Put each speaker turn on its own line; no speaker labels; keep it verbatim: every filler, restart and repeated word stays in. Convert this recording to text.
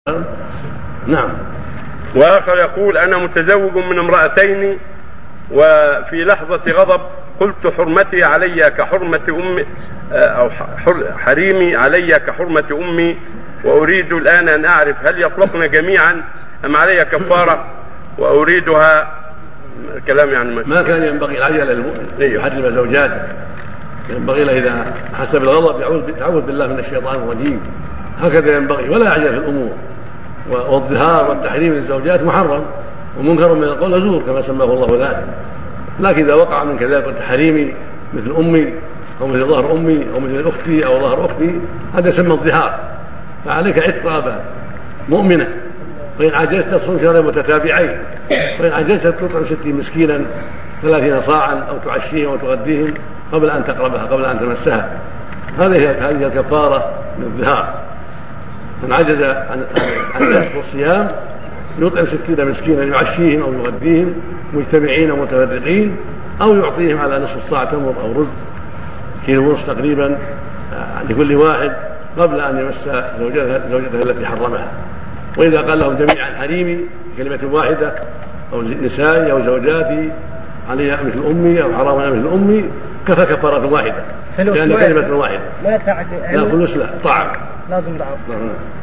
نعم.
وآخر يقول: أنا متزوج من امرأتين، وفي لحظة غضب قلت حرمتي علي كحرمة أمي، أو حريمي علي كحرمة أمي، وأريد الآن أن أعرف هل يطلقن جميعا أم علي كفارة، وأريدها كلام يعني
ما كان ينبغي العجلة للمؤمن يحرم زوجاته، ينبغي له إذا حس بالغضب يعوذ بالله من الشيطان الرجيم، هكذا ينبغي، ولا يعجل في الأمور. والظهار والتحريم للزوجات محرم ومنكر من القول وزور كما سماه الله ذلك، لكن إذا وقع من كذلك التحريم مثل أمي أو مثل ظهر أمي أو مثل أختي أو ظهر أختي، هذا يسمى الظهار، فعليك عتق رقبة مؤمنة، وإن عجزت تصوم شهرين متتابعين، وإن عجزت تطعم ستين مسكينا ثلاثين صاعا أو تعشيهم أو تغديهم قبل أن تقربها قبل أن تمسها. هذه هذه الكفارة من الظهار. من عجز عن عن الصيام يطعم ستين مسكينا يعشيهم أو يغديهم مجتمعين ومتفرقين، أو يعطيهم على نصف الصاع تمر أو رز كيلو ونصف تقريبا لكل واحد قبل أن يمس زوجته التي حرمها. وإذا قال لهم جميعا حريمي كلمة واحدة أو نسائي أو زوجاتي علي مثل أمي أو حرامنا مثل أمي كفى كفارة واحدة، لأن كلمة واحدة.
لا تعد
لا فلوس لا طعم
لازم دعوة.